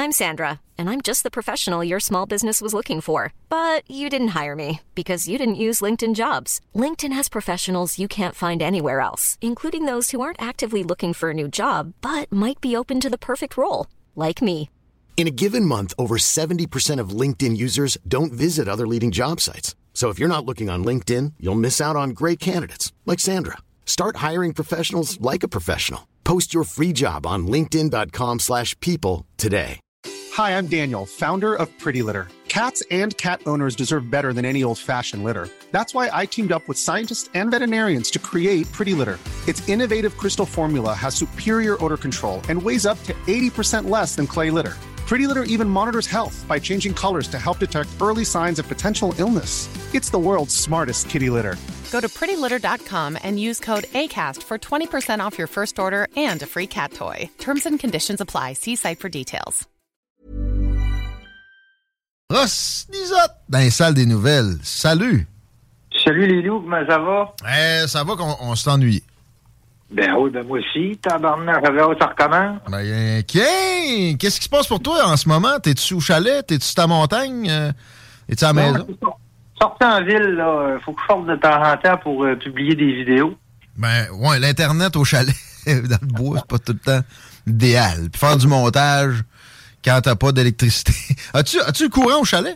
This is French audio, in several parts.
I'm Sandra, and I'm just the professional your small business was looking for. But you didn't hire me because you didn't use LinkedIn Jobs. LinkedIn has professionals you can't find anywhere else, including those who aren't actively looking for a new job, but might be open to the perfect role, like me. In a given month, over 70% of LinkedIn users don't visit other leading job sites. So if you're not looking on LinkedIn, you'll miss out on great candidates like Sandra. Start hiring professionals like a professional. Post your free job on linkedin.com/people today. Hi, I'm Daniel, founder of Pretty Litter. Cats and cat owners deserve better than any old-fashioned litter. That's why I teamed up with scientists and veterinarians to create Pretty Litter. Its innovative crystal formula has superior odor control and weighs up to 80% less than clay litter. Pretty Litter even monitors health by changing colors to help detect early signs of potential illness. It's the world's smartest kitty litter. Go to prettylitter.com and use code ACAST for 20% off your first order and a free cat toy. Terms and conditions apply. See site for details. Ross Lisotte, dans les salles des nouvelles. Salut! Salut les loups, comment ça va? Ça va qu'on s'est ennuyé. Ben oui, ben moi aussi. Tabarnak, ça recommence. Ben, qu'est-ce qui se passe pour toi en ce moment? T'es-tu au chalet? T'es-tu sur ta montagne? Es-tu à la maison? Sorti en ville, là. Faut que je sorte de temps en temps pour publier des vidéos. Ben, ouais, l'Internet au chalet, dans le bois, c'est pas tout le temps idéal. Puis faire du montage quand t'as pas d'électricité. As-tu le courant au chalet?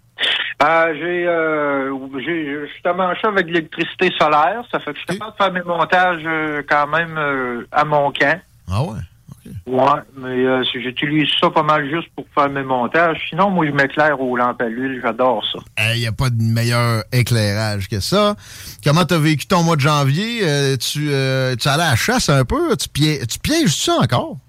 J'ai justement ça avec l'électricité solaire. Ça fait que je suis capable de faire mes montages quand même à mon camp. Ah ouais? OK. Ouais, mais j'utilise ça pas mal juste pour faire mes montages. Sinon, moi, je m'éclaire aux lampes à l'huile. J'adore ça. Il n'y a pas de meilleur éclairage que ça. Comment t'as vécu ton mois de janvier? Tu allais à la chasse un peu? Tu pièges ça encore?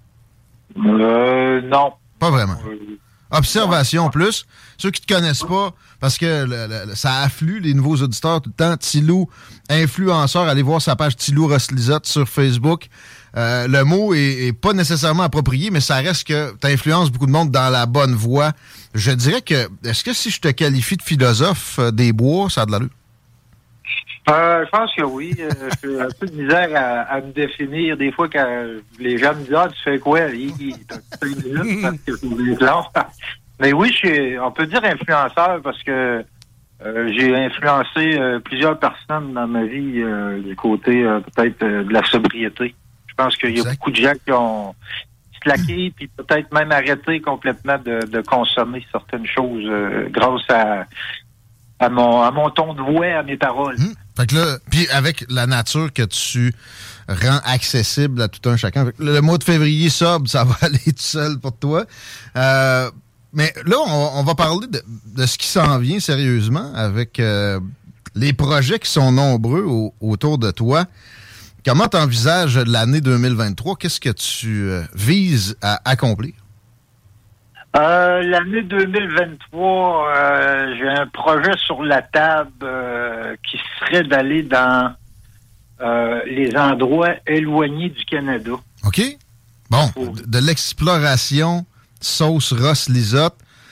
Non. Pas vraiment. Observation plus. Ceux qui te connaissent pas, parce que ça afflue les nouveaux auditeurs tout le temps. Tilou, influenceur, allez voir sa page Tilou Ross Lisotte sur Facebook. Le mot est pas nécessairement approprié, mais ça reste que tu influences beaucoup de monde dans la bonne voie. Je dirais que, est-ce que si je te qualifie de philosophe des bois, ça a de l'allure? Je pense que oui. J'ai un peu de misère à me définir. Des fois, quand les gens me disent « Ah, tu fais quoi? » T'as 5 minutes parce que c'est des longs. Mais oui, on peut dire influenceur parce que j'ai influencé plusieurs personnes dans ma vie du côté peut-être de la sobriété. Je pense qu'il y a beaucoup de gens qui ont slacké puis peut-être même arrêté complètement de consommer certaines choses grâce à mon ton de voix, à mes paroles. Fait que là, puis avec la nature que tu rends accessible à tout un chacun. Le mois de février sobre, ça va aller tout seul pour toi. Mais là, on va parler de ce qui s'en vient sérieusement avec les projets qui sont nombreux autour de toi. Comment tu envisages l'année 2023? Qu'est-ce que tu vises à accomplir? L'année 2023, j'ai un projet sur la table qui serait d'aller dans les endroits éloignés du Canada. OK. Bon, de l'exploration sauce Ross Lisotte.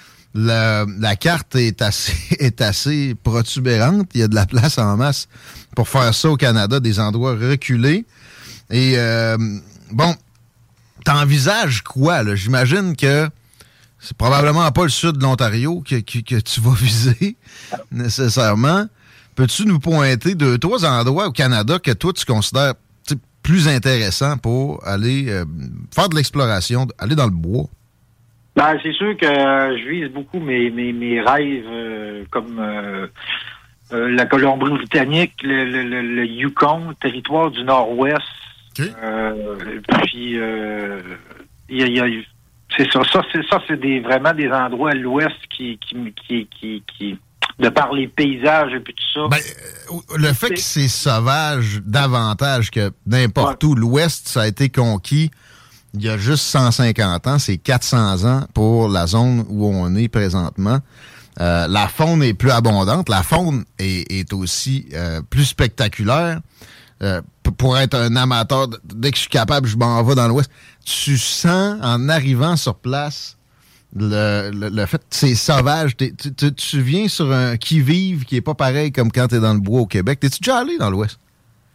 La carte est assez protubérante. Il y a de la place en masse pour faire ça au Canada, des endroits reculés. Et bon, t'envisages quoi, là? J'imagine que c'est probablement pas le sud de l'Ontario que tu vas viser nécessairement. Peux-tu nous pointer 2-3 endroits au Canada que toi, tu considères plus intéressants pour aller faire de l'exploration, aller dans le bois? Ben, c'est sûr que je vise beaucoup mes rêves comme la Colombie-Britannique, le Yukon, le territoire du Nord-Ouest. Okay. Puis c'est ça. C'est vraiment des endroits à l'Ouest qui de par les paysages et puis tout ça. Ben, le fait que c'est sauvage davantage que n'importe où. L'Ouest, ça a été conquis il y a juste 150 ans. C'est 400 ans pour la zone où on est présentement. La faune est plus abondante. La faune est aussi plus spectaculaire. Pour être un amateur, dès que je suis capable, je m'en vais dans l'Ouest. Tu sens, en arrivant sur place, le fait que c'est sauvage. Tu viens sur un qui-vive qui est pas pareil comme quand t'es dans le bois au Québec. T'es-tu déjà allé dans l'Ouest?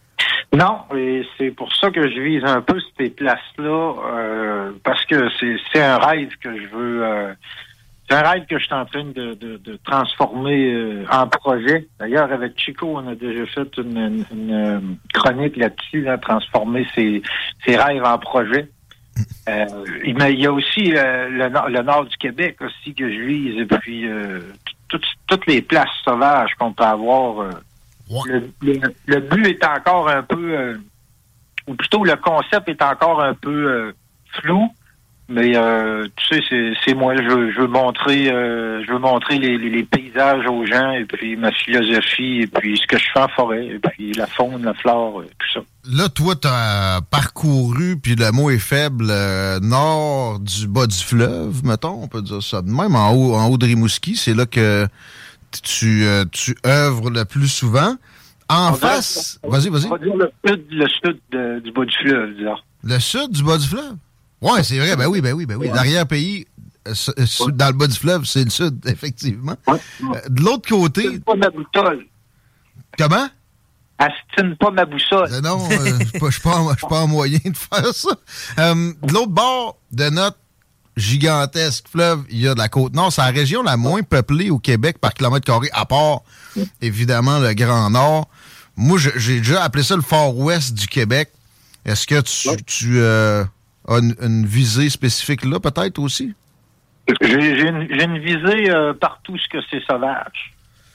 Non, et c'est pour ça que je vise un peu ces places-là, parce que c'est un rêve que je veux... c'est un rêve que je suis en train de transformer en projet. D'ailleurs, avec Chico, on a déjà fait une chronique là-dessus, là, transformer ses rêves en projet. Mais il y a aussi le nord du Québec aussi que je vise, et puis toutes les places sauvages qu'on peut avoir. Le but est encore un peu, ou plutôt le concept est encore un peu flou, mais tu sais, c'est moi. Je veux montrer les paysages aux gens, et puis ma philosophie, et puis ce que je fais en forêt, et puis la faune, la flore, tout ça. Là, toi, t'as parcouru, puis le mot est faible, nord du bas du fleuve, mettons, on peut dire ça de même, en haut de Rimouski, c'est là que tu œuvres le plus souvent. En face... Vas-y. On va dire le sud du bas du fleuve, disons. Le sud du bas du fleuve? Ouais, c'est vrai, ben oui. Ouais. L'arrière-pays, dans le bas du fleuve, c'est le sud, effectivement. Ouais. De l'autre côté... C'est pas ma boussole. Comment? Astine pas ma boussole. Non, je suis pas en moyen de faire ça. De l'autre bord de notre gigantesque fleuve, il y a de la Côte-Nord. C'est la région la moins peuplée au Québec par kilomètre carré, à part, évidemment, le Grand Nord. Moi, j'ai déjà appelé ça le Fort-Ouest du Québec. Est-ce que tu as une visée spécifique là, peut-être, aussi? J'ai une visée partout ce que c'est sauvage.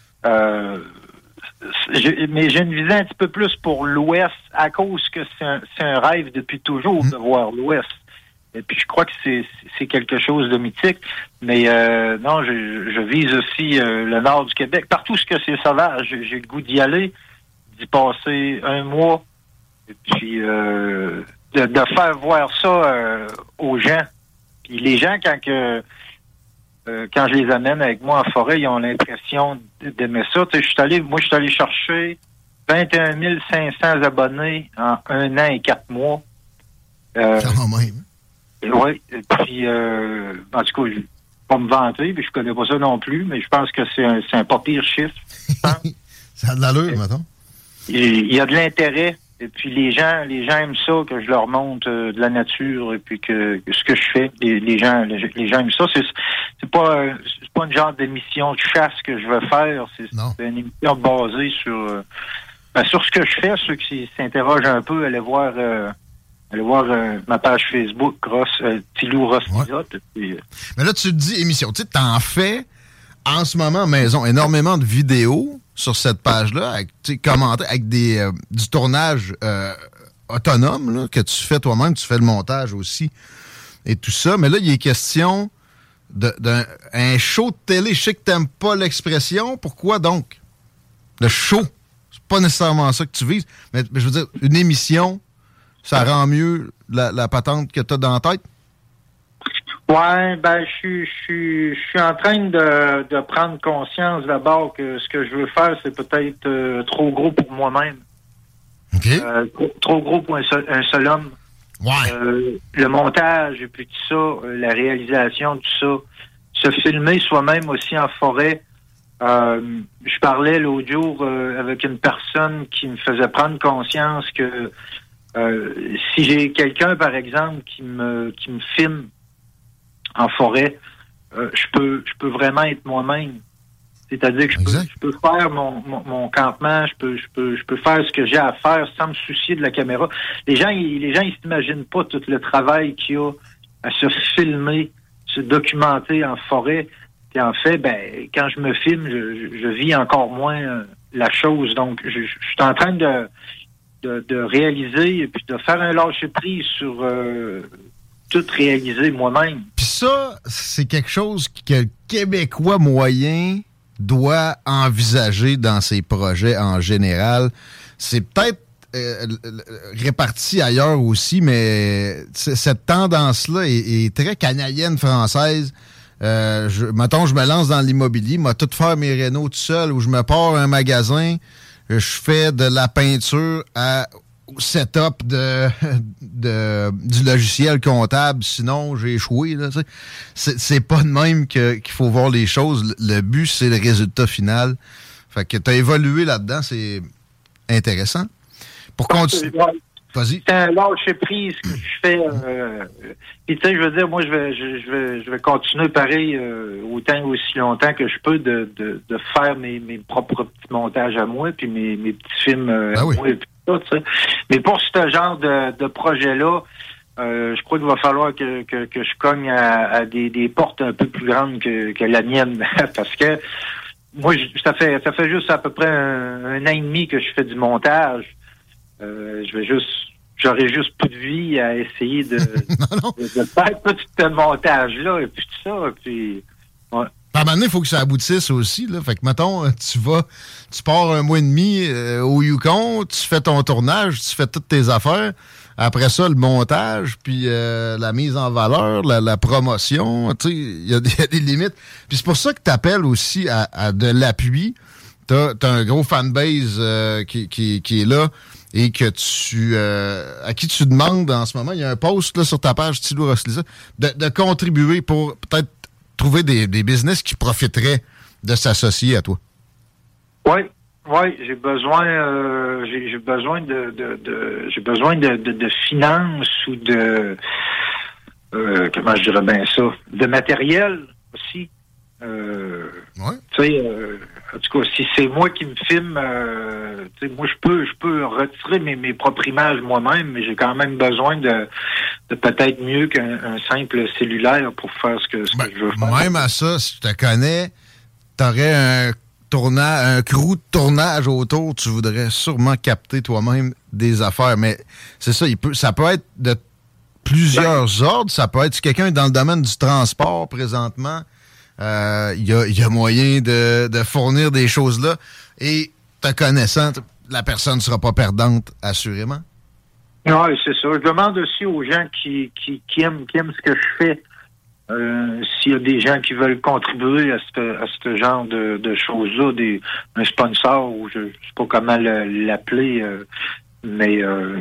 Mais j'ai une visée un petit peu plus pour l'Ouest, à cause que c'est un rêve depuis toujours de voir l'Ouest. Et puis je crois que c'est quelque chose de mythique. Mais non, je vise aussi le nord du Québec. Partout ce que c'est sauvage, j'ai le goût d'y aller, d'y passer un mois, et puis de faire voir ça aux gens. Puis les gens, quand je les amène avec moi en forêt, ils ont l'impression d'aimer ça. Je suis allé chercher 21 500 abonnés en 1 an et 4 mois. Quand même. Oui, puis en tout cas, je vais pas me vanter, puis je connais pas ça non plus, mais je pense que c'est un pas pire chiffre. Ça a de l'allure, mettons. Il y a de l'intérêt, et puis les gens aiment ça, que je leur montre de la nature, et puis que ce que je fais, les gens aiment ça. C'est pas une genre d'émission de chasse que je veux faire, c'est une émission basée sur ce que je fais. Ceux qui s'interrogent un peu, allez voir ma page Facebook, Tilou Ross Lizotte. Mais là, tu te dis émission. Tu sais, t'en fais en ce moment maison énormément de vidéos sur cette page-là, avec commentaires, avec du tournage autonome là, que tu fais toi-même. Tu fais le montage aussi et tout ça. Mais là, il est question d'un show de télé. Je sais que t'aimes pas l'expression. Pourquoi donc? Le show, c'est pas nécessairement ça que tu vises. Mais je veux dire, une émission... Ça rend mieux la patente que tu as dans la tête? Ouais, ben je suis en train de prendre conscience d'abord que ce que je veux faire, c'est peut-être trop gros pour moi-même. OK. Trop gros pour un seul homme. Ouais. Le montage et puis tout ça, la réalisation, tout ça. Se filmer soi-même aussi en forêt. Je parlais l'autre jour avec une personne qui me faisait prendre conscience que si j'ai quelqu'un, par exemple, qui me filme en forêt, je peux vraiment être moi-même. C'est-à-dire que je peux faire mon campement, je peux faire ce que j'ai à faire sans me soucier de la caméra. Les gens ils s'imaginent pas tout le travail qu'il y a à se filmer, se documenter en forêt. Puis en fait, quand je me filme, je vis encore moins la chose. Donc, je suis en train de réaliser et puis de faire un lâcher-prise sur tout réaliser moi-même. Puis ça, c'est quelque chose que le Québécois moyen doit envisager dans ses projets en général. C'est peut-être réparti ailleurs aussi, mais cette tendance-là est très canadienne française. Mettons, je me lance dans l'immobilier, moi, tout faire mes rénaux tout seul, ou je me pars un magasin, je fais de la peinture au setup du logiciel comptable, sinon j'ai échoué. Là, c'est pas de même qu'il faut voir les choses. Le but, c'est le résultat final. Fait que tu as évolué là-dedans, c'est intéressant. pour continuer. Vas-y. C'est un lâcher-prise que je fais. Puis, tu sais, je veux dire, moi, je vais continuer pareil autant aussi longtemps que je peux de faire mes propres petits montages à moi, puis mes petits films à moi, et puis tout, tu sais. Mais pour ce genre de projet-là, je crois qu'il va falloir que je cogne à des portes un peu plus grandes que la mienne. Parce que moi, ça fait juste à peu près un an et demi que je fais du montage. J'aurais juste plus de vie à essayer de faire tout ce montage-là et puis tout ça. Puis, ouais. À un moment donné, il faut que ça aboutisse aussi. Là. Fait que, mettons, tu pars un mois et demi au Yukon, tu fais ton tournage, tu fais toutes tes affaires. Après ça, le montage, puis la mise en valeur, la promotion, tu sais, il y a des limites. Puis c'est pour ça que tu appelles aussi à de l'appui. T'as un gros fanbase qui est là et que à qui tu demandes en ce moment, il y a un post là, sur ta page Thilo Rosliza, de contribuer pour peut-être trouver des business qui profiteraient de s'associer à toi. Oui, j'ai besoin de finances ou de comment je dirais bien ça, de matériel aussi. Tu sais, en tout cas, si c'est moi qui me filme, tu sais, moi je peux retirer mes propres images moi-même, mais j'ai quand même besoin de peut-être mieux qu'un simple cellulaire pour faire ce que je veux faire. Même à ça, si tu te connais, t'aurais un crew de tournage autour, tu voudrais sûrement capter toi-même des affaires, mais c'est ça, ça peut être de plusieurs ordres, ça peut être si quelqu'un est dans le domaine du transport présentement, il y a moyen de fournir des choses là, et te connaissant, la personne ne sera pas perdante, assurément. Oui, c'est ça. Je demande aussi aux gens qui aiment ce que je fais, s'il y a des gens qui veulent contribuer à ce genre de choses-là, un sponsor, ou je ne sais pas comment l'appeler, mais...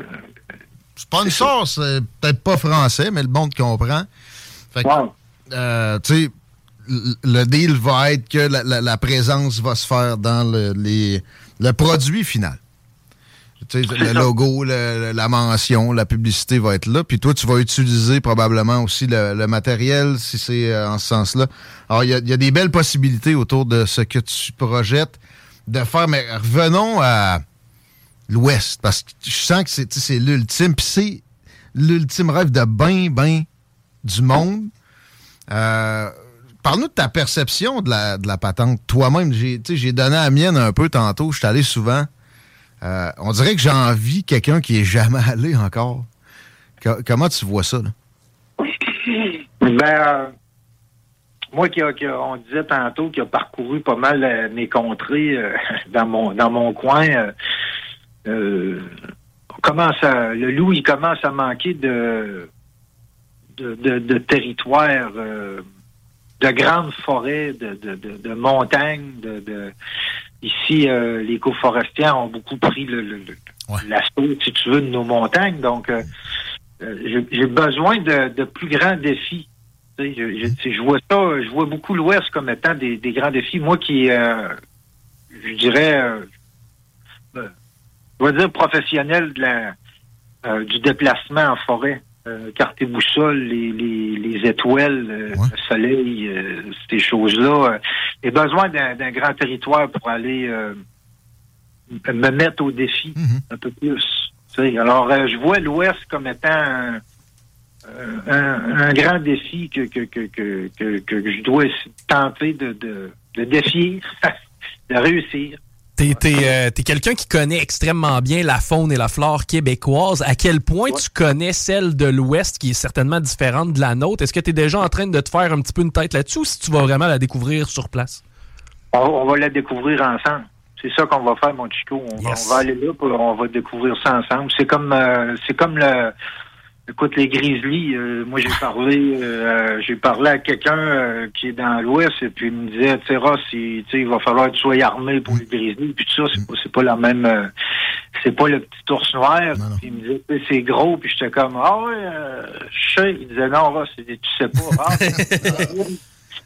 sponsor, c'est peut-être pas français, mais le monde comprend. Fait que, tu sais, le deal va être que la présence va se faire dans le produit final. Tu sais, le logo, la mention, la publicité va être là. Puis toi, tu vas utiliser probablement aussi le matériel, si c'est en ce sens-là. Alors, il y a des belles possibilités autour de ce que tu projettes de faire. Mais revenons à l'Ouest, parce que je sens que c'est l'ultime. Puis c'est l'ultime rêve de ben du monde. Parle-nous de ta perception de la patente. Toi-même, j'ai donné la mienne un peu tantôt. Je suis allé souvent. On dirait que j'ai envie de quelqu'un qui n'est jamais allé encore. Comment tu vois ça, là? Ben, moi, on disait tantôt qu'il a parcouru pas mal mes contrées dans mon coin. Le loup, il commence à manquer de territoire, de grandes forêts, de montagnes, Ici, les coforestiers ont beaucoup pris l'assaut, si tu veux, de nos montagnes. Donc, j'ai besoin de plus grands défis. Je vois ça, je vois beaucoup l'Ouest comme étant des grands défis. Moi qui, je dirais, je vais dire professionnel du déplacement en forêt. Carte et boussole, les étoiles, le soleil, ces choses-là. J'ai besoin d'un grand territoire pour aller me mettre au défi un peu plus. T'sais. Alors, je vois l'Ouest comme étant un grand défi que je dois tenter de défier, de réussir. T'es quelqu'un qui connaît extrêmement bien la faune et la flore québécoise. À quel point tu connais celle de l'Ouest, qui est certainement différente de la nôtre? Est-ce que tu es déjà en train de te faire un petit peu une tête là-dessus, ou si tu vas vraiment la découvrir sur place? On va la découvrir ensemble. C'est ça qu'on va faire, mon Chico. On va aller là, on va découvrir ça ensemble. C'est comme écoute, les Grizzlies, moi j'ai parlé à quelqu'un qui est dans l'Ouest, et puis il me disait, tu sais, Ross, il va falloir que tu sois armé pour les Grizzlies, puis tout ça, c'est pas la même, c'est pas le petit ours noir. Puis il me disait, c'est gros, puis j'étais comme, je sais. Il disait, non, Ross, tu sais pas.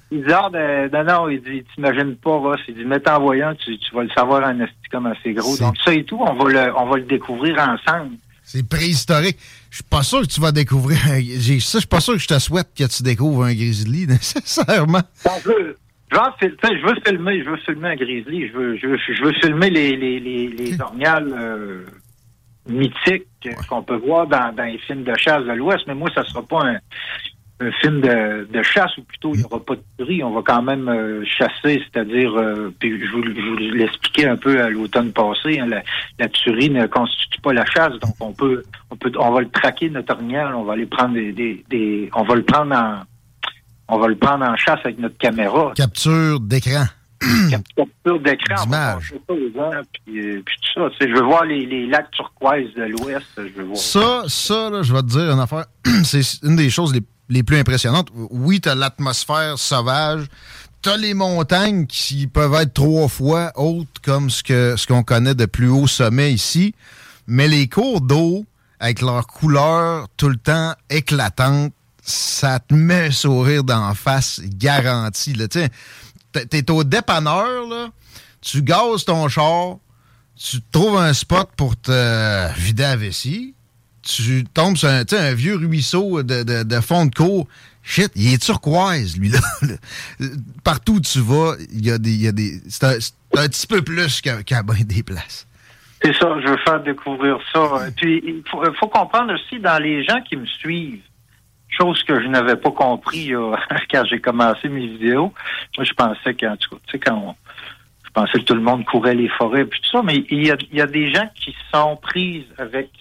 Il dit, non, il dit, t'imagines pas, Ross. Il dit, mais t'en voyant, tu vas le savoir en esti comme c'est gros. Donc, ça et tout, on va le découvrir ensemble. C'est préhistorique. Je suis pas sûr que tu vas découvrir je suis pas sûr que je te souhaite que tu découvres un grizzly, nécessairement. Je veux filmer un grizzly. Je veux filmer les orgnales mythiques qu'on peut voir dans les films de chasse de l'Ouest. Mais moi, ça sera pas un film de chasse, ou plutôt il n'y aura pas de tuerie. On va quand même chasser, c'est-à-dire, puis je vous l'expliquais un peu à l'automne passé, hein, la tuerie ne constitue pas la chasse, donc on va le traquer, notre orignal, on va aller prendre on va le prendre en chasse avec notre caméra. Capture d'écran. Capture d'écran. D'image. Puis tout ça. Je veux voir les lacs turquoises de l'Ouest. Je veux voir ça là, je vais te dire une affaire. C'est une des choses les plus impressionnantes. Oui, t'as l'atmosphère sauvage. T'as les montagnes qui peuvent être 3 fois hautes comme ce qu'on connaît de plus haut sommet ici. Mais les cours d'eau, avec leur couleur tout le temps éclatante, ça te met un sourire d'en face garanti. Là. T'es au dépanneur, là, tu gazes ton char, tu trouves un spot pour te vider la vessie, tu tombes sur un vieux ruisseau de fond de cour. Shit, il est turquoise, lui-là. Partout où tu vas, il y a des c'est un petit peu plus qu'à bien des places. C'est ça, je veux faire découvrir ça. Puis, il faut comprendre aussi, dans les gens qui me suivent, chose que je n'avais pas compris quand j'ai commencé mes vidéos. Moi, je pensais je pensais que tout le monde courait les forêts puis tout ça, mais il y a des gens qui sont prises avec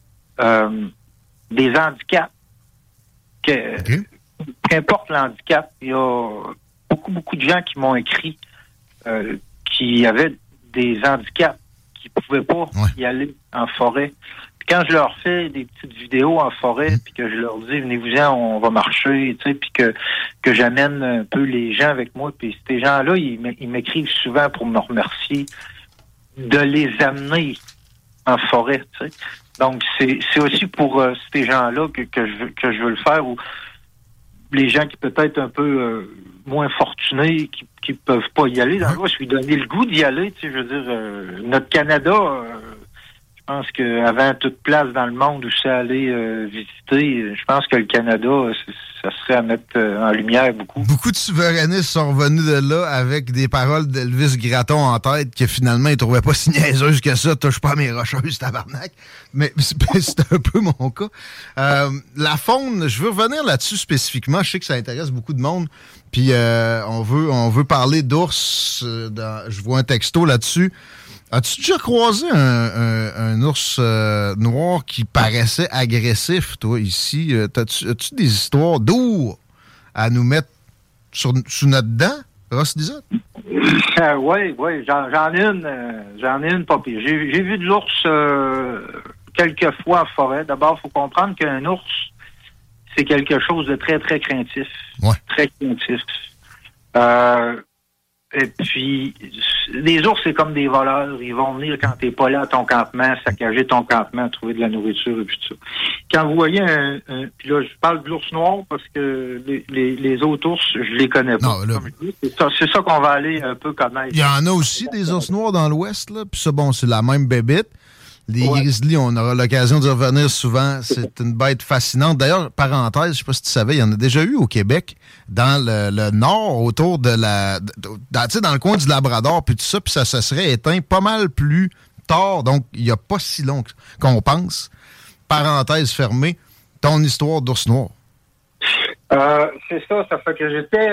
des handicaps. Qu'importe l'handicap, il y a beaucoup de gens qui m'ont écrit qui avaient des handicaps, qui pouvaient pas y aller en forêt. Puis quand je leur fais des petites vidéos en forêt, puis que je leur dis, venez-vous-en, on va marcher, tu sais, puis que j'amène un peu les gens avec moi, puis ces gens-là, ils m'écrivent souvent pour me remercier de les amener en forêt, tu sais. Donc, c'est aussi pour ces gens-là que je veux le faire, ou les gens qui peut-être un peu moins fortunés, qui peuvent pas y aller. Dans le cas, je lui donner le goût d'y aller, tu sais, je veux dire, notre Canada... je pense qu'avant toute place dans le monde où c'est aller visiter, je pense que le Canada, ça serait à mettre en lumière beaucoup. Beaucoup de souverainistes sont revenus de là avec des paroles d'Elvis Gratton en tête que finalement, ils trouvaient pas si niaiseuses que ça. Touche pas à mes rocheuses, tabarnak. Mais c'est un peu mon cas. La faune, je veux revenir là-dessus spécifiquement. Je sais que ça intéresse beaucoup de monde. Puis on veut parler d'ours. Je vois un texto là-dessus. As-tu déjà croisé un ours noir qui paraissait agressif, toi, ici? As-tu des histoires d'ours à nous mettre sous notre dent, Ross Lizotte? Oui, j'en ai une, pas pire. J'ai vu de l'ours quelques fois en forêt. D'abord, il faut comprendre qu'un ours, c'est quelque chose de très, très craintif. Ouais. Très craintif. Et puis, les ours, c'est comme des voleurs. Ils vont venir quand t'es pas là à ton campement, saccager ton campement, trouver de la nourriture et puis tout ça. Quand vous voyez puis là, je parle de l'ours noir parce que les autres ours, je les connais pas. Non, là, c'est ça qu'on va aller un peu connaître. Il y en a aussi des ours noirs dans l'Ouest, là. Puis ça, bon, c'est la même bébite. Les grizzlies, on aura l'occasion d'y revenir souvent. C'est une bête fascinante. D'ailleurs, parenthèse, je sais pas si tu savais, il y en a déjà eu au Québec, dans le nord, autour de dans le coin du Labrador, puis tout ça, puis ça se serait éteint pas mal plus tard. Donc, il n'y a pas si long qu'on pense. Parenthèse fermée, ton histoire d'ours noir. C'est ça fait que j'étais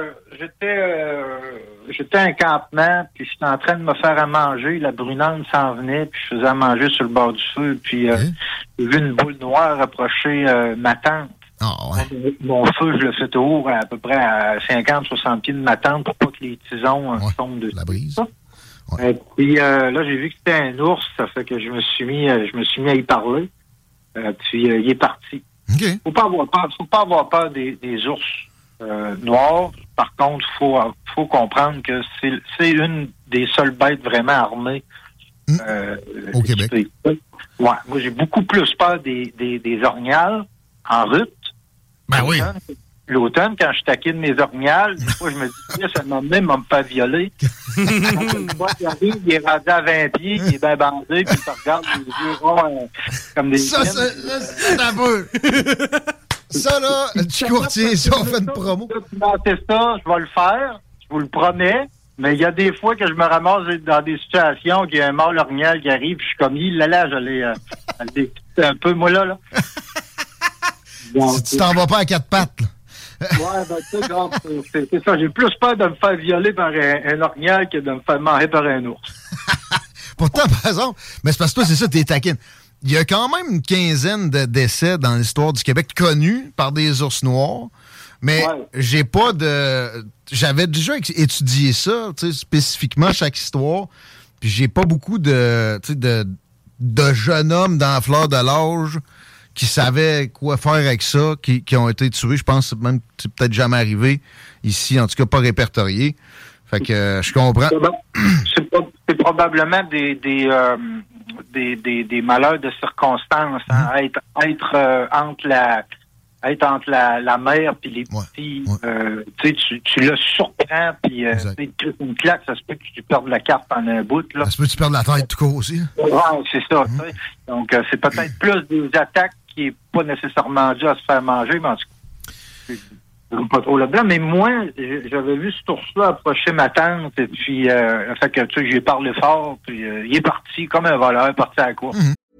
à un campement, puis j'étais en train de me faire à manger, la brunante s'en venait, puis je faisais à manger sur le bord du feu, puis j'ai vu une boule noire approcher ma tente. Oh, ouais. Mon feu, je le fais tour à peu près à 50-60 pieds de ma tente pour pas que les tisons tombent dessus. La brise. Ouais. Puis là, j'ai vu que c'était un ours, ça fait que je me suis mis à y parler. Puis il est parti. Okay. Faut pas avoir peur des ours noirs. Par contre, faut comprendre que c'est une des seules bêtes vraiment armées au Québec. Ouais, moi j'ai beaucoup plus peur des orignales en route. Ben oui. l'automne, quand je taquine mes orignales, des fois, je me dis, ça m'a même me faire violer. Une fois qu'il arrive, il est rendu à 20 pieds, il est bien bandé, puis il te regarde les yeux comme des ça, c'est un peu. Ça, là, du courtier, ça, on fait une promo. C'est ça, je vais le faire, je vous le promets. Mais il y a des fois que je me ramasse dans des situations qu'il y a un mâle orignal qui arrive, puis je suis comme, là, je l'ai un peu, moi, là. Donc, si tu t'en vas pas à quatre pattes, là. Ouais, ben, tu sais, c'est ça. J'ai plus peur de me faire violer par un orignal que de me faire manger par un ours. Pourtant, par exemple, mais c'est parce que toi, c'est ça, t'es taquine. Il y a quand même une quinzaine de décès dans l'histoire du Québec connus par des ours noirs. Mais j'ai pas de... J'avais déjà étudié ça, tu sais, spécifiquement chaque histoire. Puis j'ai pas beaucoup de jeunes hommes dans la fleur de l'âge qui savaient quoi faire avec ça, qui ont été tués. Je pense même que c'est peut-être jamais arrivé ici, en tout cas pas répertorié. Fait que je comprends. C'est probablement des malheurs de circonstances. Hein? Être entre la mère puis les petits, tu le surprends, puis tu une claque, ça se peut que tu perdes la carte pendant un bout. Là. Ça se peut que tu perdes la tête tout court aussi. Oui, c'est ça. Donc, c'est peut-être plus des attaques qui n'est pas nécessairement dû à se faire manger, mais en tout cas, je ne pas trop là-dedans. Mais moi, j'avais vu cet ours-là approcher ma tante, et puis, fait que, tu sais, j'ai parlé fort, puis il est parti comme un voleur, parti à la course.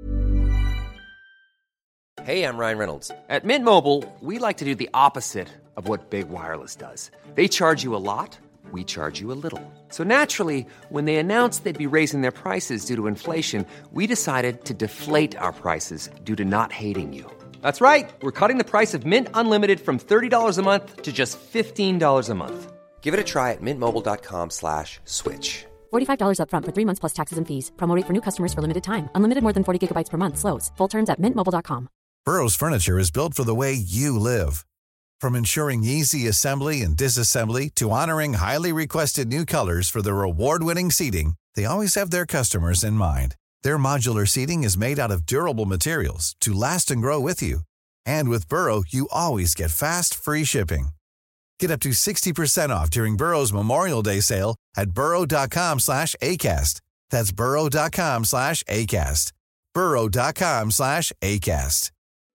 Hey, I'm Ryan Reynolds. At Mint Mobile, we like to do the opposite of what Big Wireless does. They charge you a lot, we charge you a little. So naturally, when they announced they'd be raising their prices due to inflation, we decided to deflate our prices due to not hating you. That's right. We're cutting the price of Mint Unlimited from $30 a month to just $15 a month. Give it a try at mintmobile.com/switch. $45 up front for 3 months plus taxes and fees. Promo rate for new customers for limited time. Unlimited more than 40 gigabytes per month. Slows full terms at mintmobile.com. Burrow's furniture is built for the way you live. From ensuring easy assembly and disassembly to honoring highly requested new colors for their award-winning seating, they always have their customers in mind. Their modular seating is made out of durable materials to last and grow with you. And with Burrow, you always get fast, free shipping. Get up to 60% off during Burrow's Memorial Day sale at burrow.com/ACAST. That's burrow.com/ACAST. burrow.com/ACAST.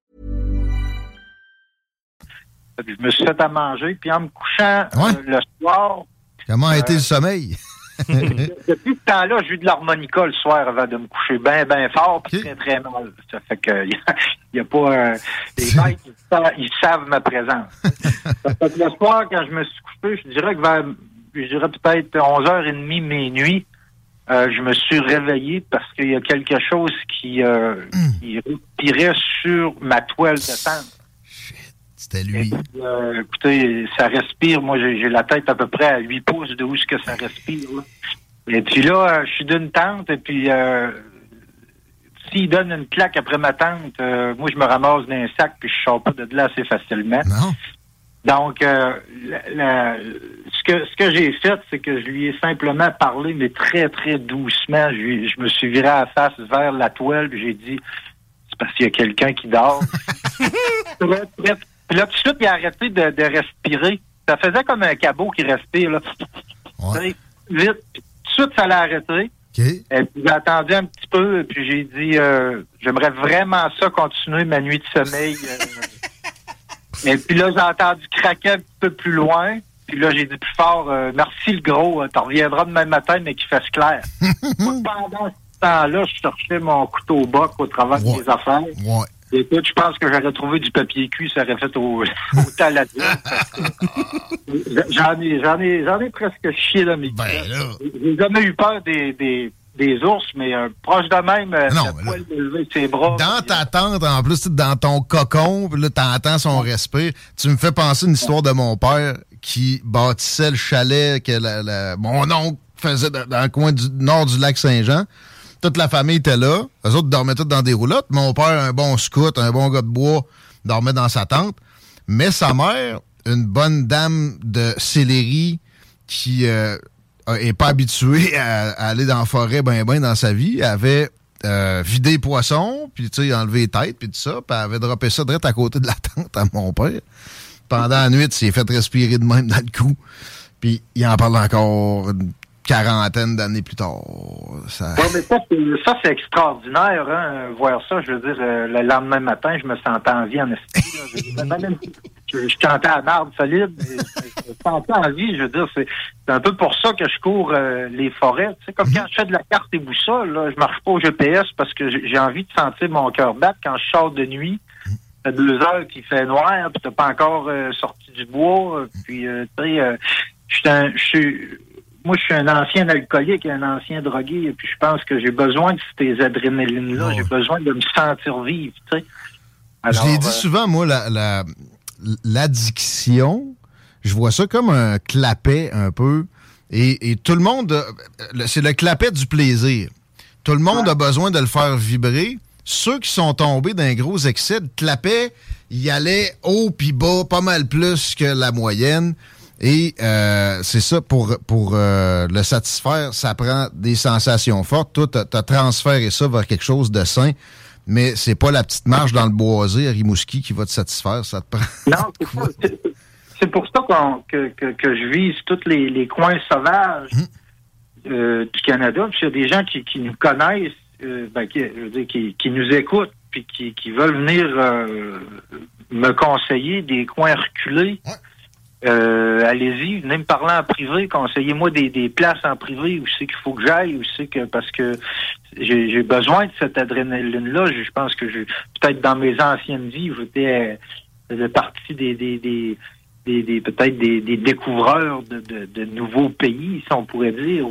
Je me suis fait à manger, puis en me couchant le soir... Comment a été le sommeil? Depuis ce temps-là, j'ai eu de l'harmonica le soir avant de me coucher bien fort, puis très, très mal. Ça fait que il y a pas... les mecs, ils savent ma présence. Ça fait que le soir, quand je me suis couché, je dirais peut-être 11h30, minuit, je me suis réveillé parce qu'il y a quelque chose qui respirait sur ma toile de tente. C'était lui. Puis, écoutez, ça respire. Moi, j'ai la tête à peu près à 8 pouces de où ce que ça respire. Là. Et puis là, je suis d'une tente, et puis s'il donne une claque après ma tente, moi, je me ramasse dans un sac, puis je sors pas de là assez facilement. Non. Donc, ce que j'ai fait, c'est que je lui ai simplement parlé, mais très, très doucement. Je me suis viré à la face vers la toile, puis j'ai dit, c'est parce qu'il y a quelqu'un qui dort. Puis là, tout de suite, il a arrêté de respirer. Ça faisait comme un cabot qui respire, là. Ouais. Vite. Puis, tout de suite, ça l'a arrêté. Okay. Et puis, j'ai attendu un petit peu, et puis j'ai dit, j'aimerais vraiment ça continuer ma nuit de sommeil. Et puis là, j'ai entendu craquer un petit peu plus loin. Puis là, j'ai dit plus fort, merci le gros, t'en reviendras demain matin, mais qu'il fasse clair. Pendant ce temps-là, je cherchais mon couteau boc au travers de mes affaires. Ouais. Écoute, je pense que j'aurais trouvé du papier cul, ça aurait fait au taladien. J'en ai presque chié dans mes J'ai jamais eu peur des ours, mais proche de même, la poêle de lever ses bras. Dans ta tente, en plus, dans ton cocon, puis là, t'entends son respire. Tu me fais penser une histoire de mon père qui bâtissait le chalet que mon oncle faisait dans le coin du nord du lac Saint-Jean. Toute la famille était là. Eux autres dormaient tous dans des roulottes. Mon père, un bon scout, un bon gars de bois, dormait dans sa tente. Mais sa mère, une bonne dame de Sillery qui est pas habituée à aller dans la forêt ben dans sa vie, avait vidé les poissons, puis tu sais, enlevé les têtes, puis tout ça, puis elle avait droppé ça direct à côté de la tente à mon père. pendant la nuit, il s'est fait respirer de même dans le cou. Puis il en parle encore une quarantaine d'années plus tard. Ça... Ouais, mais ça, c'est extraordinaire, hein, voir ça. Je veux dire, le lendemain matin, je me sentais en vie en esprit. Je cantais à marde solide, mais je me sentais en vie. Je veux dire, c'est un peu pour ça que je cours les forêts. Tu sais, comme quand je fais de la carte et boussole, là, je marche pas au GPS parce que j'ai envie de sentir mon cœur battre quand je sors de nuit. À 2 heures qu'il fait noir, puis t'as pas encore sorti du bois. Puis, tu sais, moi, je suis un ancien alcoolique et un ancien drogué, et puis je pense que j'ai besoin de ces adrénalines-là. Ouais. J'ai besoin de me sentir vivre, tu sais. Alors, je l'ai dit souvent, moi, l'addiction, je vois ça comme un clapet un peu. Et tout le monde, c'est le clapet du plaisir. Tout le monde a besoin de le faire vibrer. Ceux qui sont tombés d'un gros excès de clapet, ils allaient haut puis bas, pas mal plus que la moyenne. Et c'est ça, pour le satisfaire, ça prend des sensations fortes. Toi, t'as transféré ça vers quelque chose de sain, mais c'est pas la petite marche dans le boisé à Rimouski qui va te satisfaire, ça te prend... Non, c'est pour ça que je vise tous les coins sauvages du Canada. Puis il y a des gens qui nous connaissent, qui nous écoutent, puis qui veulent venir me conseiller des coins reculés. Ouais. Allez-y, venez me parler en privé, conseillez-moi des places en privé où c'est qu'il faut que j'aille, où c'est que parce que j'ai besoin de cette adrénaline-là. Je pense que peut-être dans mes anciennes vies, j'étais partie des peut-être des découvreurs de nouveaux pays, si on pourrait dire.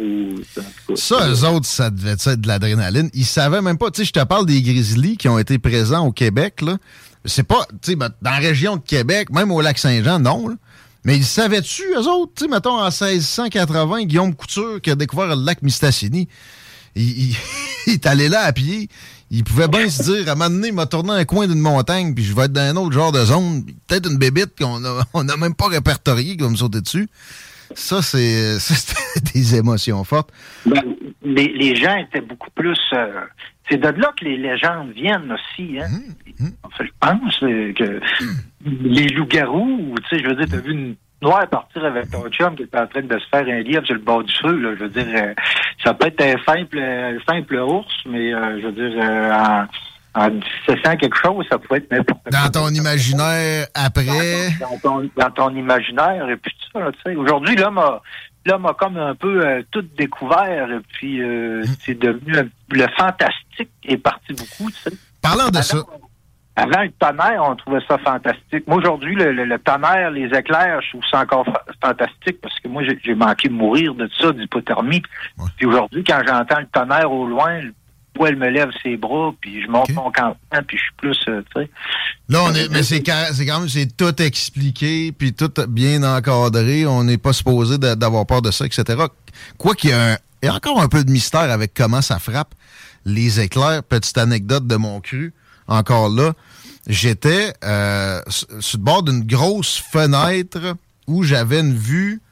Ça, eux autres, ça devait être de l'adrénaline. Ils savaient même pas. Tu sais, je te parle des Grizzlies qui ont été présents au Québec, là. C'est pas, tu sais, dans la région de Québec, même au Lac-Saint-Jean, non, là. Mais ils savaient-tu, eux autres? Tu sais, mettons, en 1680, Guillaume Couture, qui a découvert le lac Mistassini, il est allé là à pied. Il pouvait bien se dire, à un moment donné, il m'a tourné un coin d'une montagne, puis je vais être dans un autre genre de zone. Peut-être une bébite qu'on n'a même pas répertoriée, qui va me sauter dessus. Ça, c'était des émotions fortes. Ben, les gens étaient beaucoup plus... c'est de là que les légendes viennent aussi, hein. Enfin, je pense que les loups-garous, tu sais, je veux dire, t'as vu une noire partir avec ton chum qui était en train de se faire un lièvre sur le bord du feu, là. Je veux dire, ça peut être un simple ours, mais je veux dire, en 1700 quelque chose, ça pouvait être n'importe quoi. Dans ton imaginaire après? Dans ton imaginaire, et puis tout ça, tu sais. Aujourd'hui, l'homme a comme un peu tout découvert, et puis c'est devenu... Le fantastique est parti beaucoup, tu sais. Parlant de ça... Avant, le tonnerre, on trouvait ça fantastique. Moi, aujourd'hui, le tonnerre, les éclairs, je trouve ça encore fantastique parce que moi, j'ai manqué de mourir de ça, d'hypothermie. Ouais. Puis aujourd'hui, quand j'entends le tonnerre au loin, le poil me lève ses bras, puis je monte mon campement, puis je suis plus, tu sais... Là, mais c'est quand même, c'est tout expliqué, puis tout bien encadré. On n'est pas supposé d'avoir peur de ça, etc. Quoi qu'il y a encore un peu de mystère avec comment ça frappe les éclairs. Petite anecdote de mon cru, encore là. J'étais sur le bord d'une grosse fenêtre où j'avais une vue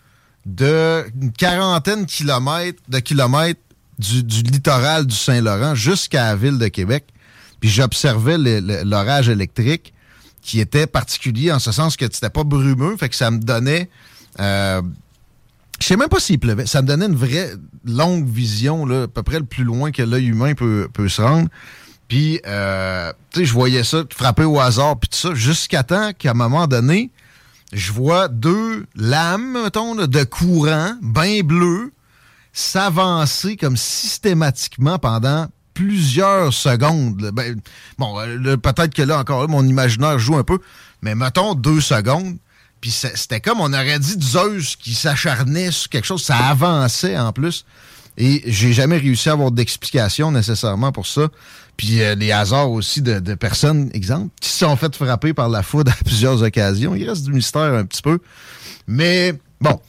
d'une quarantaine de kilomètres du littoral du Saint-Laurent jusqu'à la ville de Québec. Puis j'observais l'orage électrique qui était particulier en ce sens que c'était pas brumeux, fait que ça me donnait... je sais même pas s'il pleuvait. Ça me donnait une vraie longue vision, là, à peu près le plus loin que l'œil humain peut se rendre. Puis, tu sais, je voyais ça frapper au hasard, puis tout ça, jusqu'à temps qu'à un moment donné, je vois 2 lames, mettons, là, de courant, bien bleues, s'avancer comme systématiquement pendant plusieurs secondes. Là. Ben, bon, peut-être que là, encore là, mon imaginaire joue un peu, mais mettons 2 secondes, puis c'était comme, on aurait dit, Zeus qui s'acharnait sur quelque chose, ça avançait en plus, et j'ai jamais réussi à avoir d'explication nécessairement pour ça. Puis les hasards aussi de personnes, exemple, qui se sont fait frapper par la foudre à plusieurs occasions. Il reste du mystère un petit peu. Mais bon,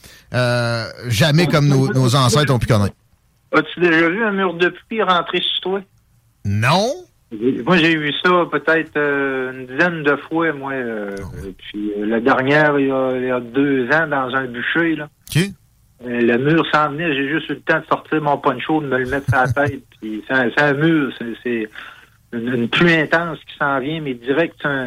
jamais comme nos ancêtres ont pu connaître. As-tu déjà vu un mur de pluie rentrer sur toi? Non. Moi, j'ai vu ça peut-être une dizaine de fois, moi. Puis la dernière, il y a 2 ans, dans un bûcher, là. OK. Le mur s'en venait, j'ai juste eu le temps de sortir mon poncho, de me le mettre sur la tête. Puis c'est un mur, c'est une pluie intense qui s'en vient, mais direct, c'est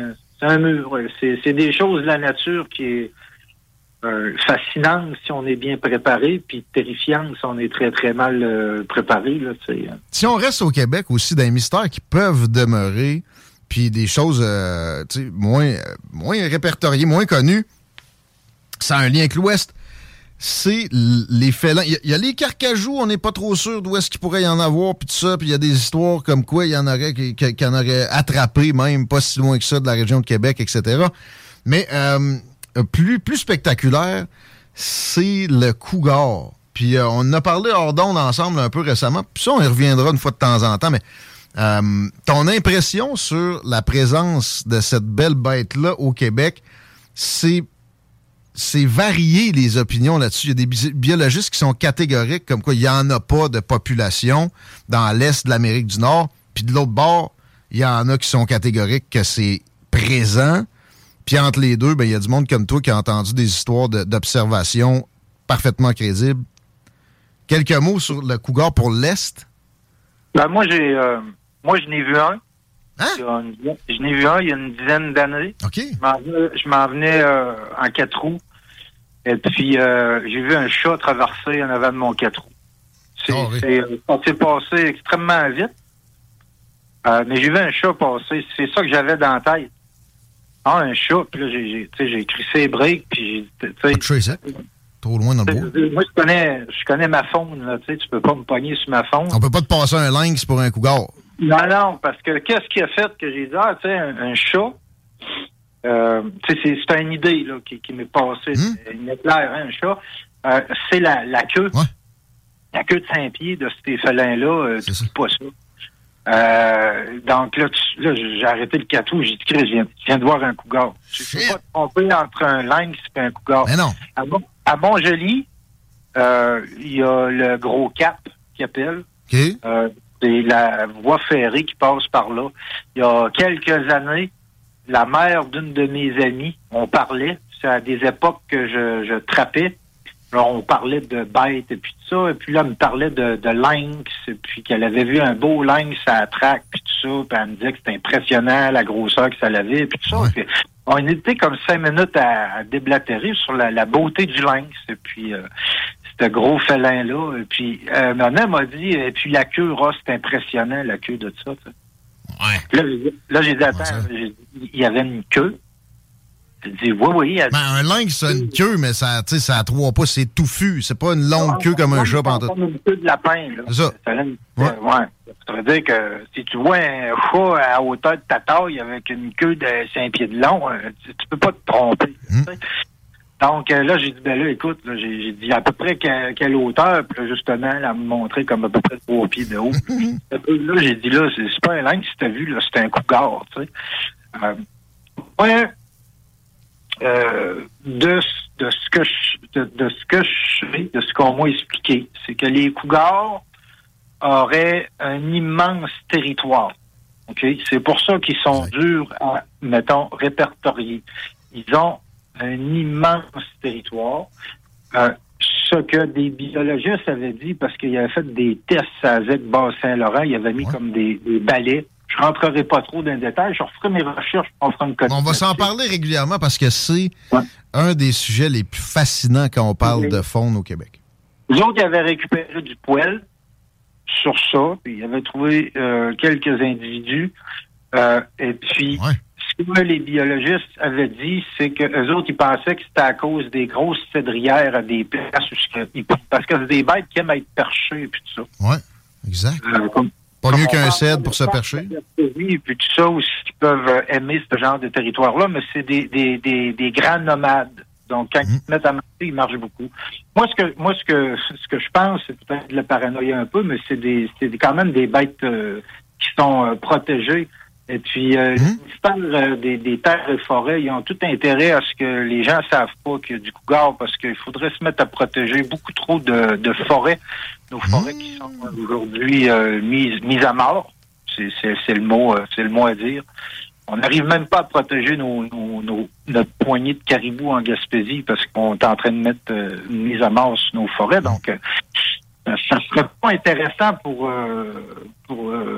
C'est un mur. C'est des choses de la nature qui est fascinante si on est bien préparé, puis terrifiante si on est très, très mal préparé. Là, si on reste au Québec aussi, dans les mystères qui peuvent demeurer, puis des choses moins répertoriées, moins connues, ça a un lien avec l'Ouest. C'est les félins. Il y a les carcajous, on n'est pas trop sûr d'où est-ce qu'il pourrait y en avoir, puis tout ça, puis il y a des histoires comme quoi il y en aurait qui en aurait attrapé, même pas si loin que ça, de la région de Québec, etc. Mais plus spectaculaire, c'est le cougar. Puis on en a parlé hors d'onde ensemble un peu récemment, puis ça, on y reviendra une fois de temps en temps, mais ton impression sur la présence de cette belle bête-là au Québec, c'est varié, les opinions là-dessus. Il y a des biologistes qui sont catégoriques, comme quoi il n'y en a pas de population dans l'Est de l'Amérique du Nord. Puis de l'autre bord, il y en a qui sont catégoriques que c'est présent. Puis entre les deux, il y a du monde comme toi qui a entendu des histoires d'observation parfaitement crédibles. Quelques mots sur le cougar pour l'Est? Moi, je n'ai vu un. Hein? Je n'ai vu un il y a une dizaine d'années. OK. Je m'en venais en 4 roues. Et puis, j'ai vu un chat traverser en avant de mon 4 roues. Ça s'est passé extrêmement vite. Mais j'ai vu un chat passer. C'est ça que j'avais dans la tête. Un chat. Puis là, j'ai crissé les breaks. Puis pas de chat, trop loin dans le bois. Moi, je connais ma faune. Là, tu peux pas me pogner sur ma faune. On peut pas te passer un lynx pour un cougar. Non, parce que qu'est-ce qui a fait que j'ai dit, un chat, c'est une idée là, qui m'est passée, une éclair, un chat, c'est la queue. Ouais. La queue de 5 pieds de ces félins-là, tu dis pas ça. Donc là, j'ai arrêté le catou, j'ai dit, je viens de voir un cougar. Tu ne peux pas te tromper entre un lynx et un cougar. Mais non. À Montjoli, il y a le gros cap qui appelle. OK. C'est la voie ferrée qui passe par là. Il y a quelques années, la mère d'une de mes amies, on parlait, c'est à des époques que je trappais. Alors, on parlait de bêtes et puis tout ça, et puis là, elle me parlait de lynx, et puis qu'elle avait vu un beau lynx à la traque, puis tout ça, puis elle me disait que c'était impressionnant, la grosseur que ça avait, puis tout ça. Ouais. Puis, on était comme 5 minutes à déblatérer sur la beauté du lynx, et puis... ce gros félin-là. Et puis, ma mère m'a dit, et puis la queue, c'est impressionnant, la queue de ça. Ouais. Là, j'ai dit, attends, il y avait une queue. Elle dit, oui. Un lynx, ça a une queue, mais ça a 3 pas, c'est touffu. C'est pas une longue queue comme un chat. C'est comme une queue de lapin. Là. C'est ça. Ça veut dire que si tu vois un chat à hauteur de ta taille avec une queue de 5 pieds de long, tu peux pas te tromper. Donc là, j'ai dit, écoute, là, j'ai dit à peu près quelle hauteur, puis là, justement, elle m'a montré comme à peu près 3 pieds de haut. Là, j'ai dit, là, c'est pas un lynx, si t'as vu, là, c'est un cougar, tu sais. De ce qu'on m'a expliqué, c'est que les cougars auraient un immense territoire. OK? C'est pour ça qu'ils sont durs à, mettons, répertorier. Ils ont un immense territoire. Ce que des biologistes avaient dit, parce qu'ils avaient fait des tests à Zec-Bas-Saint-Laurent, ils avaient mis comme des balais. Je rentrerai pas trop dans les détails. Je referai mes recherches. On va s'en parler régulièrement parce que c'est un des sujets les plus fascinants quand on parle de faune au Québec. Les autres, ils avaient récupéré du poil sur ça, puis ils avaient trouvé quelques individus. Et puis, ce que les biologistes avaient dit, c'est que eux autres, ils pensaient que c'était à cause des grosses cédrières à des places parce que c'est des bêtes qui aiment être perchées et puis tout ça. Oui, exact. Pas mieux qu'un cèdre pour se percher. Oui, puis tout ça aussi, qui peuvent aimer ce genre de territoire-là, mais c'est des grands nomades. Donc, quand ils se mettent à marcher, ils marchent beaucoup. Moi, ce que je pense, c'est peut-être de la paranoïa un peu, mais c'est quand même des bêtes qui sont protégées. Et puis, le ministère des terres et forêts, ils ont tout intérêt à ce que les gens savent pas qu'il y a du cougar, parce qu'il faudrait se mettre à protéger beaucoup trop de forêts. Nos forêts qui sont aujourd'hui mises à mort. C'est le mot à dire. On n'arrive même pas à protéger notre poignée de caribous en Gaspésie parce qu'on est en train de mettre une mise à mort sur nos forêts. Donc, ça serait pas intéressant pour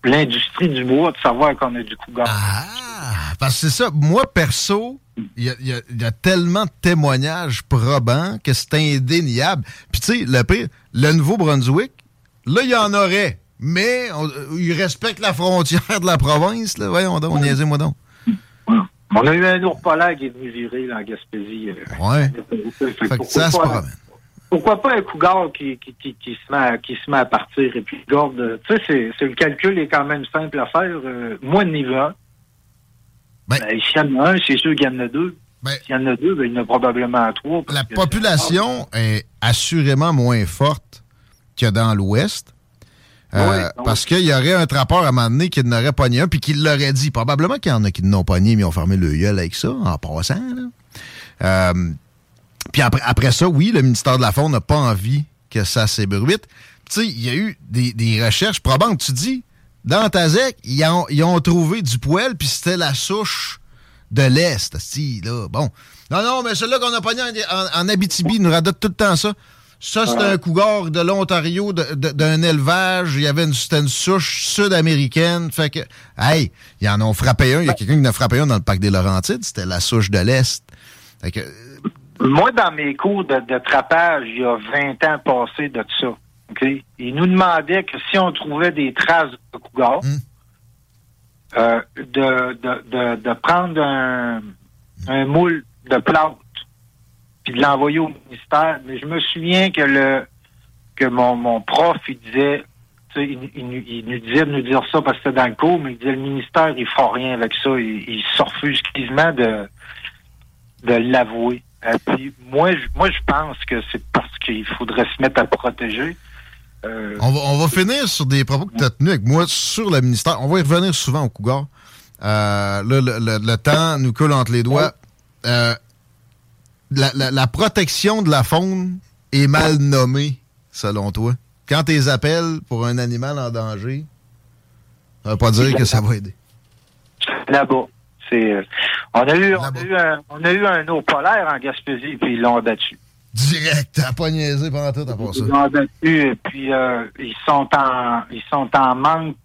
l'industrie du bois de savoir qu'on a du cougar. Ah, parce que c'est ça. Moi, perso, il y a tellement de témoignages probants que c'est indéniable. Puis tu sais, le pire, le Nouveau-Brunswick, là, il y en aurait. Mais ils respectent la frontière de la province. Là. Voyons donc, niaisez-moi donc. On a eu un ours polaire qui est venu virer là, en Gaspésie. Ouais. Fait que ça se promène. Pourquoi pas un cougar qui se met à partir et puis garde. Tu sais, c'est le calcul est quand même simple à faire. Moi, il y en a un. S'il y en a un, c'est sûr qu'il y en a deux. S'il y en a deux, il y en a probablement trois. La population est assurément moins forte que dans l'Ouest. Parce qu'il y aurait un trappeur à un moment donné qui n'aurait pogné un puis qui l'aurait dit. Probablement qu'il y en a qui l'ont pogné mais ils ont fermé le gueule avec ça en passant. Là. Puis après ça, oui, le ministère de la Faune n'a pas envie que ça s'ébruite. Tu sais, il y a eu des recherches probantes. Tu dis, dans Tazec, ils ont trouvé du poêle puis c'était la souche de l'Est. Là, bon. Non, mais celui-là qu'on a pogné en Abitibi, il nous radote tout le temps ça. Ça, c'est un cougar de l'Ontario, d'un élevage. C'était une souche sud-américaine. Fait que, hey, ils en ont frappé un. Il y a quelqu'un qui en a frappé un dans le parc des Laurentides. C'était la souche de l'Est. Fait que... Moi, dans mes cours de trappage, il y a 20 ans passés de ça. Okay? Ils nous demandaient que si on trouvait des traces de cougar, de prendre un moule de plâtre puis de l'envoyer au ministère. Mais je me souviens que mon prof, il disait, tu sais, il nous disait de nous dire ça parce que c'était dans le cours, mais il disait le ministère, il fera rien avec ça. Il se refuse quasiment de l'avouer. Puis moi, je pense que c'est parce qu'il faudrait se mettre à protéger. On va finir sur des propos que tu as tenus avec moi sur le ministère. On va y revenir souvent au cougar. Là, le temps nous coule entre les doigts. La protection de la faune est mal nommée, selon toi. Quand tu les appelles pour un animal en danger, ça veut pas dire que ça va aider. Là-bas. On a eu un eau polaire en Gaspésie, puis ils l'ont abattu. Direct, t'as pas niaisé pendant tout à part ça. Ils l'ont abattu, et puis ils sont en manque.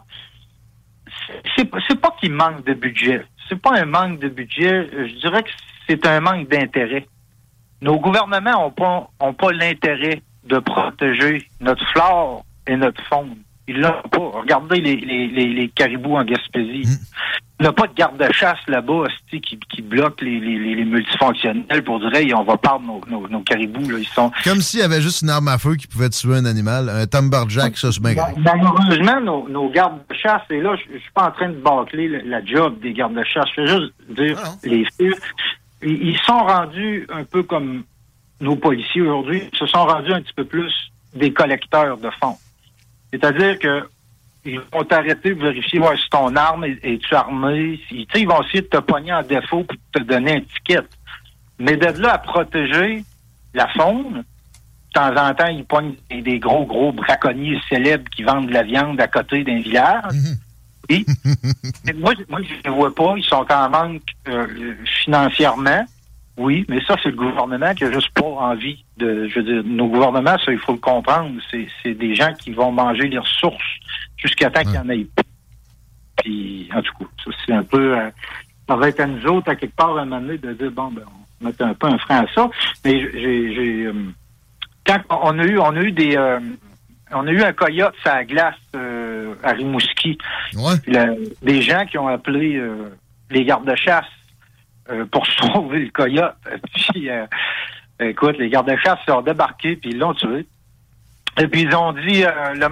C'est pas qu'ils manquent de budget. C'est pas un manque de budget. Je dirais que c'est un manque d'intérêt. Nos gouvernements ont pas l'intérêt de protéger notre flore et notre faune. Ils l'ont pas. Regardez les caribous en Gaspésie. Il n'y a pas de garde-chasse là-bas qui bloque les multifonctionnels pour dire hey, on va perdre nos caribous. Là. Ils sont... Comme s'il y avait juste une arme à feu qui pouvait tuer un animal. Un Timberjack, ça, c'est bien grave. Malheureusement, nos gardes-chasse, et là, je suis pas en train de bâcler la job des gardes-chasse. Je veux juste dire, les filles, ils sont rendus un peu comme nos policiers aujourd'hui, ils se sont rendus un petit peu plus des collecteurs de fonds. C'est-à-dire que ils vont t'arrêter pour vérifier si ton arme est-tu armée. Ils vont essayer de te pogner en défaut pour te donner un ticket. Mais d'être là à protéger la faune, de temps en temps, ils pognent des gros braconniers célèbres qui vendent de la viande à côté d'un village. Et moi, je ne vois pas. Ils sont en manque financièrement. Oui, mais ça, c'est le gouvernement qui a juste pas envie de... Je veux dire, nos gouvernements, ça, il faut le comprendre. C'est des gens qui vont manger les ressources jusqu'à temps qu'il y en ait plus. Puis, en tout cas, ça, c'est un peu... ça va être à nous autres, à quelque part, à un moment donné, de dire, bon, on met un peu un frein à ça. Mais quand on a eu un coyote sur la glace à Rimouski. Des gens qui ont appelé les gardes-chasse pour sauver le coyote. Puis, écoute, les gardes-chasse sont débarqués, puis ils l'ont tué. Et puis, ils ont dit le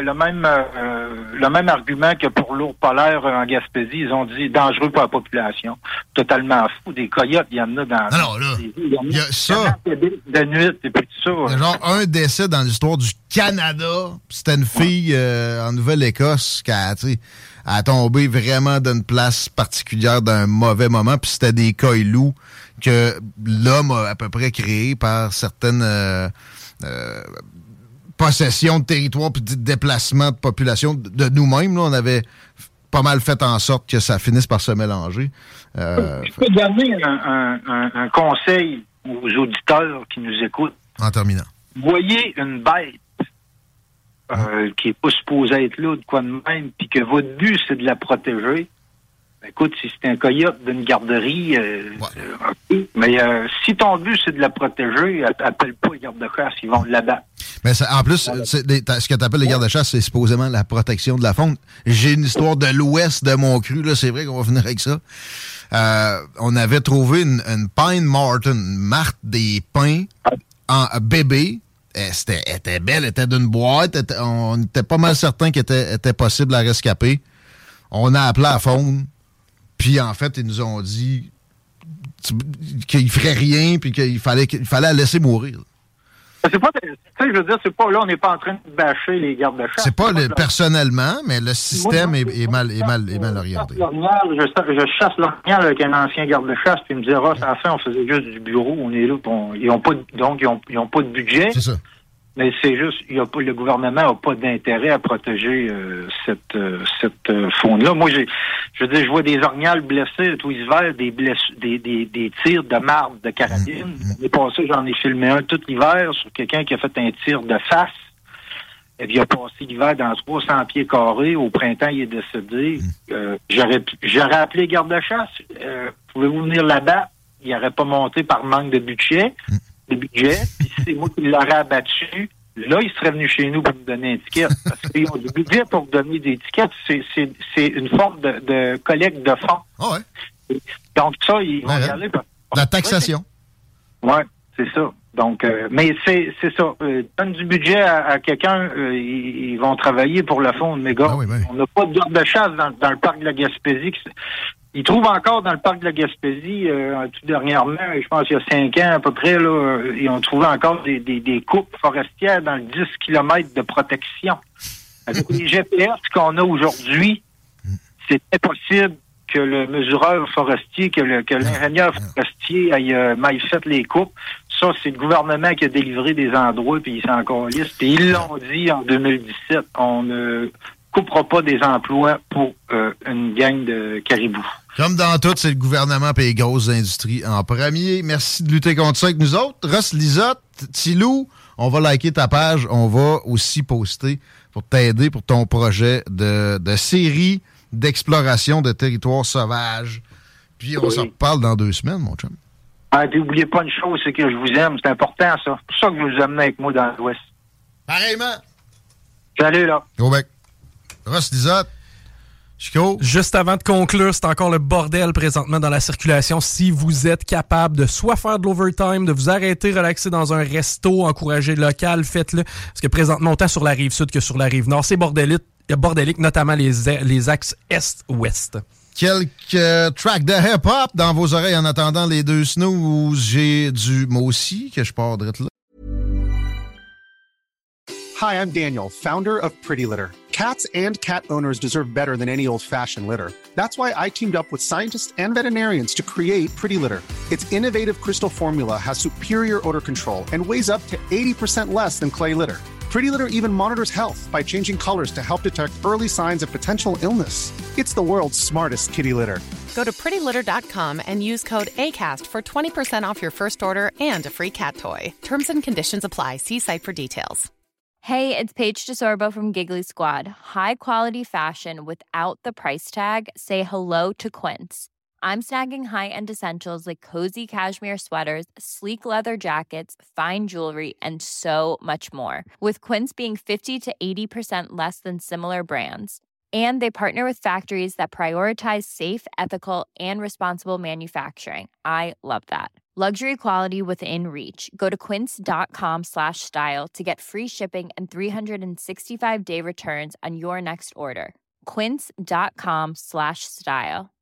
même argument que pour l'ours polaire en Gaspésie. Ils ont dit dangereux pour la population. Totalement fou. Des coyotes, il y en a dans... Alors là, il y a ça. De nuit, et puis tout ça. Il y a genre un décès dans l'histoire du Canada. C'était une fille en Nouvelle-Écosse qui a tombé vraiment d'une place particulière d'un mauvais moment. Puis c'était des coïlous que l'homme a à peu près créés par certaines... possession de territoire puis de déplacement de population de nous-mêmes. Là, on avait pas mal fait en sorte que ça finisse par se mélanger. Je peux donner un conseil aux auditeurs qui nous écoutent. En terminant. Voyez une bête qui est pas supposée être là, de quoi de même, puis que votre but, c'est de la protéger, écoute, si c'est un coyote d'une garderie, okay. Mais si ton but, c'est de la protéger, appelle pas les gardes-chasse, ils vont l'abattre. Mais ça, en plus, ce que tu appelles les gardes-chasse, c'est supposément la protection de la faune. J'ai une histoire de l'ouest de Montcru, là, c'est vrai qu'on va finir avec ça. On avait trouvé une Pine Marten, une marte des pins, en bébé. Elle était belle, elle était d'une boîte. On était pas mal certain qu'elle était possible à rescaper. On a appelé la faune. Puis, en fait, ils nous ont dit qu'il ferait rien puis qu'il fallait la laisser mourir. C'est pas, je veux dire, c'est pas là, on n'est pas en train de bâcher les gardes-chasse. C'est pas personnellement, mais le système est mal orienté. Je chasse l'orignal avec un ancien garde-chasse, puis il me disait, Ross, à la fin, on faisait juste du bureau, on est là, ils n'ont pas de budget. C'est ça. Mais c'est juste, le gouvernement n'a pas d'intérêt à protéger cette faune-là. Moi, je vois des orignales blessés tout l'hiver, des tirs de marde, de carabine. L'année passée, j'en ai filmé un tout l'hiver sur quelqu'un qui a fait un tir de face. Et puis, il a passé l'hiver dans 300 pieds carrés. Au printemps, il est décédé. J'aurais appelé garde-chasse. Pouvez-vous venir là-bas? Il n'aurait pas monté par manque de budget. Puis c'est moi qui l'aurais abattu. Là, il serait venu chez nous pour nous donner un ticket. Parce qu'ils ont du budget pour donner des tickets. C'est une forme de collecte de fonds. Oh ouais. Donc, ça, ils vont y aller. La taxation. Oui, c'est ça. Donc, mais c'est ça. Donne du budget à quelqu'un, ils vont travailler pour la faune. Mais gars, on n'a pas de garde-chasse dans le parc de la Gaspésie. Ils trouvent encore dans le parc de la Gaspésie, tout dernièrement, je pense qu'il y a 5 ans à peu près, là, ils ont trouvé encore des coupes forestières dans le 10 km de protection. Avec les GPS qu'on a aujourd'hui, c'est impossible que le mesureur forestier, que l'ingénieur forestier aille mal fait les coupes. Ça, c'est le gouvernement qui a délivré des endroits, puis ils sont encore listes. Puis ils l'ont dit en 2017, on ne coupera pas des emplois pour une gang de caribous. Comme dans tout, c'est le gouvernement et les grosses industries en premier. Merci de lutter contre ça avec nous autres. Ross Lisotte, Tilou, on va liker ta page. On va aussi poster pour t'aider pour ton projet de série d'exploration de territoires sauvages. Puis on s'en reparle dans 2 semaines, mon chum. Puis n'oubliez pas une chose, c'est que je vous aime. C'est important, ça. C'est pour ça que je vous amenez avec moi dans l'Ouest. Pareillement. Salut, là. Go back. Ross Lisotte. Chico. Juste avant de conclure, c'est encore le bordel présentement dans la circulation. Si vous êtes capable de soit faire de l'overtime, de vous arrêter, relaxer dans un resto, encourager le local, faites-le. Parce que présentement, autant sur la rive sud que sur la rive nord, c'est bordélique, notamment les axes est-ouest. Quelques tracks de hip-hop dans vos oreilles en attendant les 2 snooze. J'ai moi aussi, que je pars de là. Hi, I'm Daniel, founder of Pretty Litter. Cats and cat owners deserve better than any old-fashioned litter. That's why I teamed up with scientists and veterinarians to create Pretty Litter. Its innovative crystal formula has superior odor control and weighs up to 80% less than clay litter. Pretty Litter even monitors health by changing colors to help detect early signs of potential illness. It's the world's smartest kitty litter. Go to prettylitter.com and use code ACAST for 20% off your first order and a free cat toy. Terms and conditions apply. See site for details. Hey, it's Paige DeSorbo from Giggly Squad. High quality fashion without the price tag. Say hello to Quince. I'm snagging high-end essentials like cozy cashmere sweaters, sleek leather jackets, fine jewelry, and so much more. With Quince being 50 to 80% less than similar brands. And they partner with factories that prioritize safe, ethical, and responsible manufacturing. I love that. Luxury quality within reach. Go to quince.com/style to get free shipping and 365-day returns on your next order. Quince.com/style.